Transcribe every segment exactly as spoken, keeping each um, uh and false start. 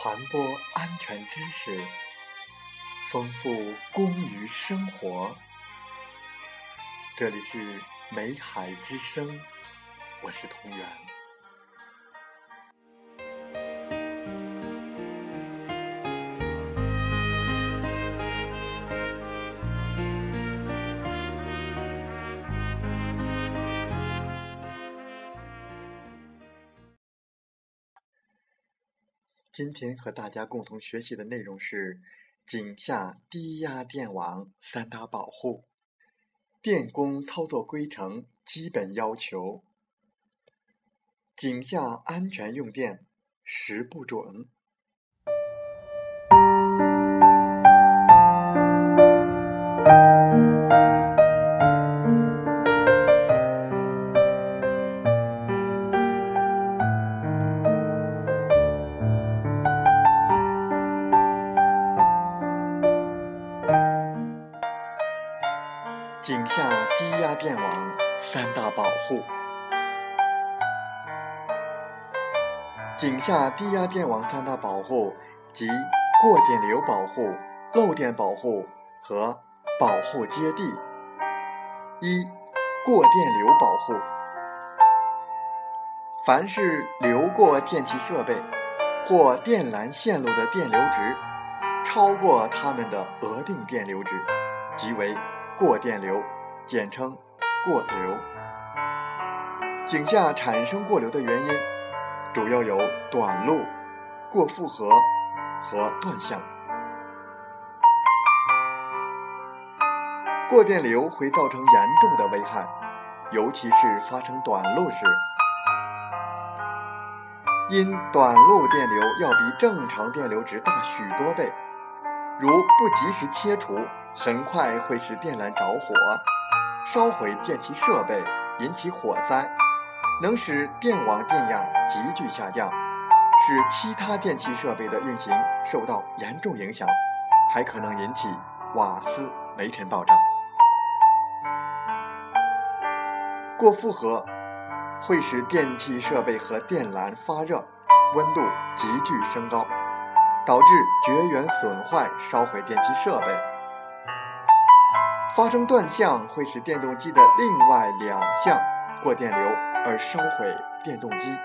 传播安全知识，丰富工于生活。这里是美海之声，我是同源。今天和大家共同学习的内容是井下低压电网三大保护、电工操作规程基本要求、井下安全用电十不准。井下低压电网三大保护。井下低压电网三大保护即过电流保护、漏电保护和保护接地。一、过电流保护。凡是流过电气设备或电缆线路的电流值超过它们的额定电流值，即为过电流，简称过流。井下产生过流的原因主要有短路、过负荷和断相。过电流会造成严重的危害，尤其是发生短路时，因短路电流要比正常电流值大许多倍，如不及时切除，很快会使电缆着火，烧毁电气设备，引起火灾，能使电网电压急剧下降，使其他电气设备的运行受到严重影响，还可能引起瓦斯煤尘爆炸。过负荷会使电气设备和电缆发热，温度急剧升高，导致绝缘损坏，烧毁电气设备。发生断相会使电动机的另外两项过电流而烧毁电动机。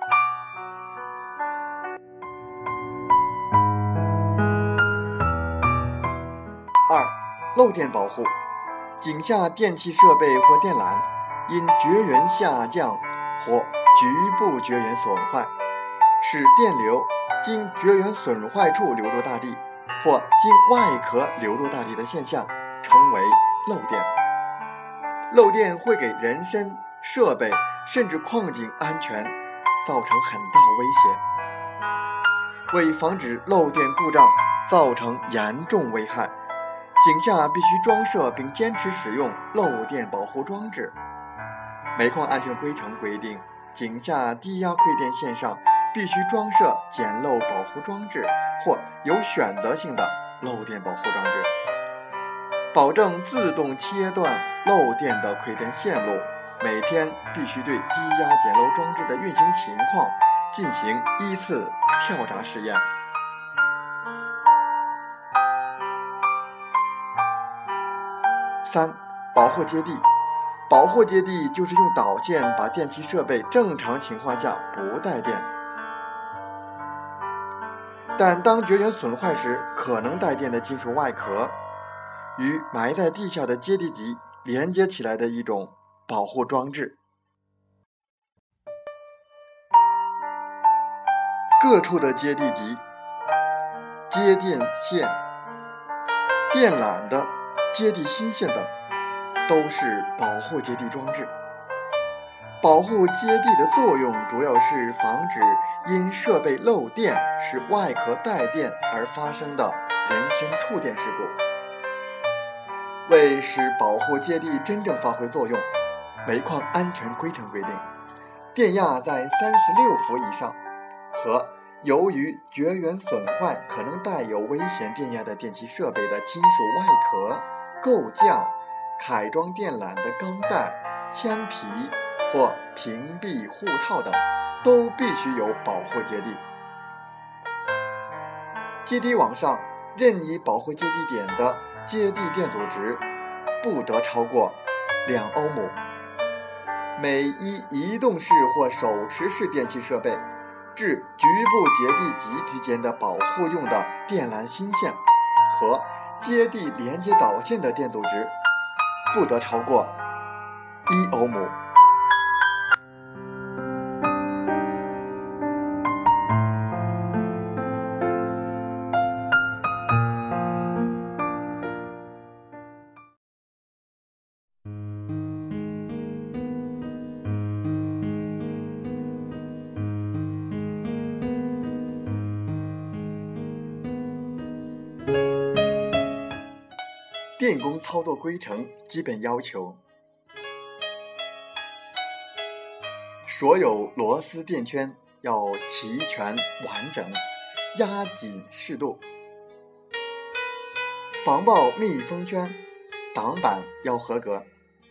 二、漏电保护。井下电气设备或电缆因绝缘下降或局部绝缘损坏，使电流经绝缘损坏处流入大地，或经外壳流入大地的现象，称为漏电。漏电会给人身、设备甚至矿井安全造成很大威胁。为防止漏电故障造成严重危害，井下必须装设并坚持使用漏电保护装置。煤矿安全规程规定，井下低压馈电线上必须装设减漏保护装置或有选择性的漏电保护装置，保证自动切断漏电的馈电线路。每天必须对低压减漏装置的运行情况进行依次跳闸试验。三、保护接地。保护接地就是用导线把电气设备正常情况下不带电，但当绝缘损坏时可能带电的金属外壳，与埋在地下的接地极连接起来的一种保护装置。各处的接地极、接电线、电缆的接地芯线等都是保护接地装置。保护接地的作用主要是防止因设备漏电使外壳带电而发生的人身触电事故。为使保护接地真正发挥作用，煤矿安全规程规定，电压在三十六伏以上和由于绝缘损坏可能带有危险电压的电气设备的金属外壳、构架、铠装电缆的钢带、铅皮或屏蔽护套等都必须有保护接地。 接地网上任意保护接地点的接地电阻值不得超过两欧姆。每一移动式或手持式电气设备至局部接地极之间的保护用的电缆芯线和接地连接导线的电阻值不得超过一欧姆。电工操作规程基本要求：所有螺丝电圈要齐全完整，压紧适度；防爆密封圈、挡板要合格；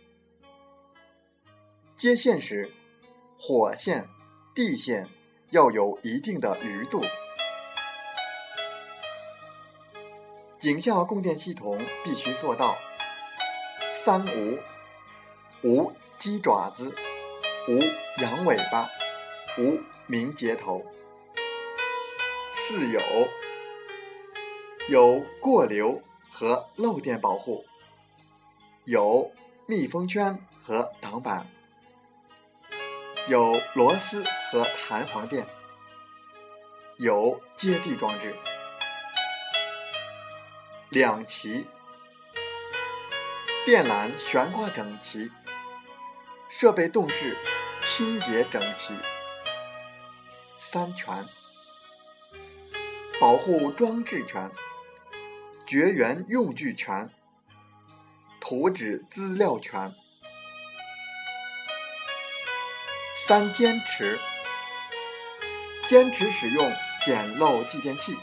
接线时，火线、地线要有一定的余度。井下供电系统必须做到：三无，无鸡爪子，无羊尾巴，无鸣接头；四有，有过流和漏电保护，有密封圈和挡板，有螺丝和弹簧垫，有接地装置。两齐，电缆悬挂整齐，设备动式清洁整齐。三全，保护装置全，绝缘用具全，图纸资料全。三坚持，坚持使用简陋继电器，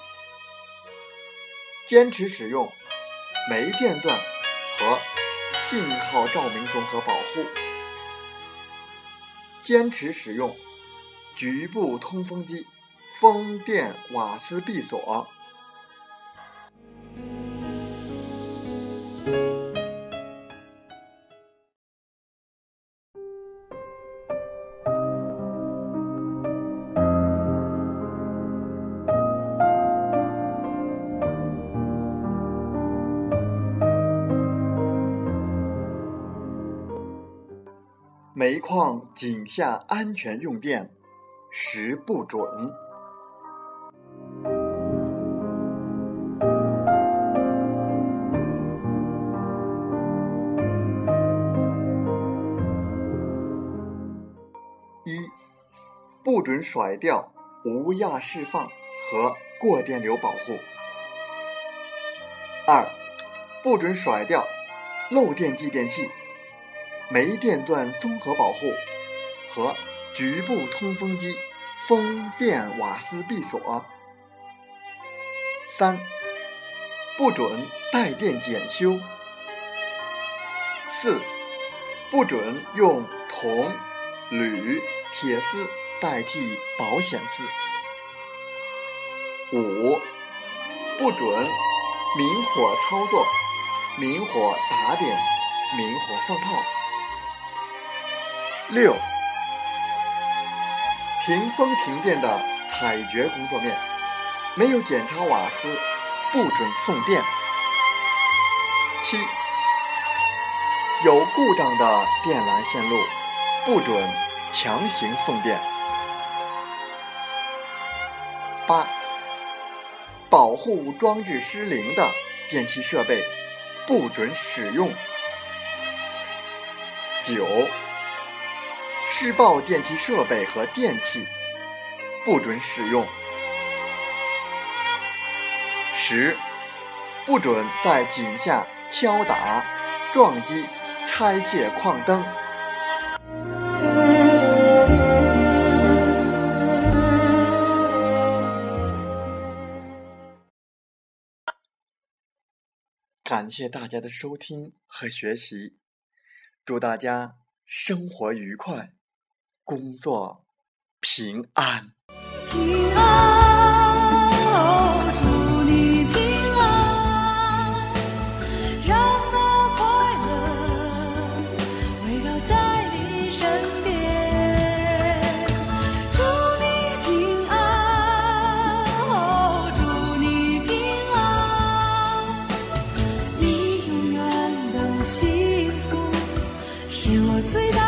坚持使用煤电钻和信号照明综合保护，坚持使用局部通风机、风电瓦斯闭锁。煤矿井下安全用电十不准。一、不准甩掉无压释放和过电流保护。二、不准甩掉漏电继电器、煤电钻综合保护和局部通风机、风电瓦斯闭锁。三、不准带电检修。四、不准用铜、铝、铁丝代替保险丝。五、不准明火操作、明火打点、明火放炮。六、停风停电的采掘工作面没有检查瓦斯不准送电。七、有故障的电缆线路不准强行送电。八、保护装置失灵的电气设备不准使用。九、施暴电气设备和电器不准使用。十、不准在井下敲打、撞击、拆卸矿灯。感谢大家的收听和学习，祝大家生活愉快，工作平安。平安，哦，祝你身边。祝你平安，哦，祝你平安，你永远都幸福，是我最大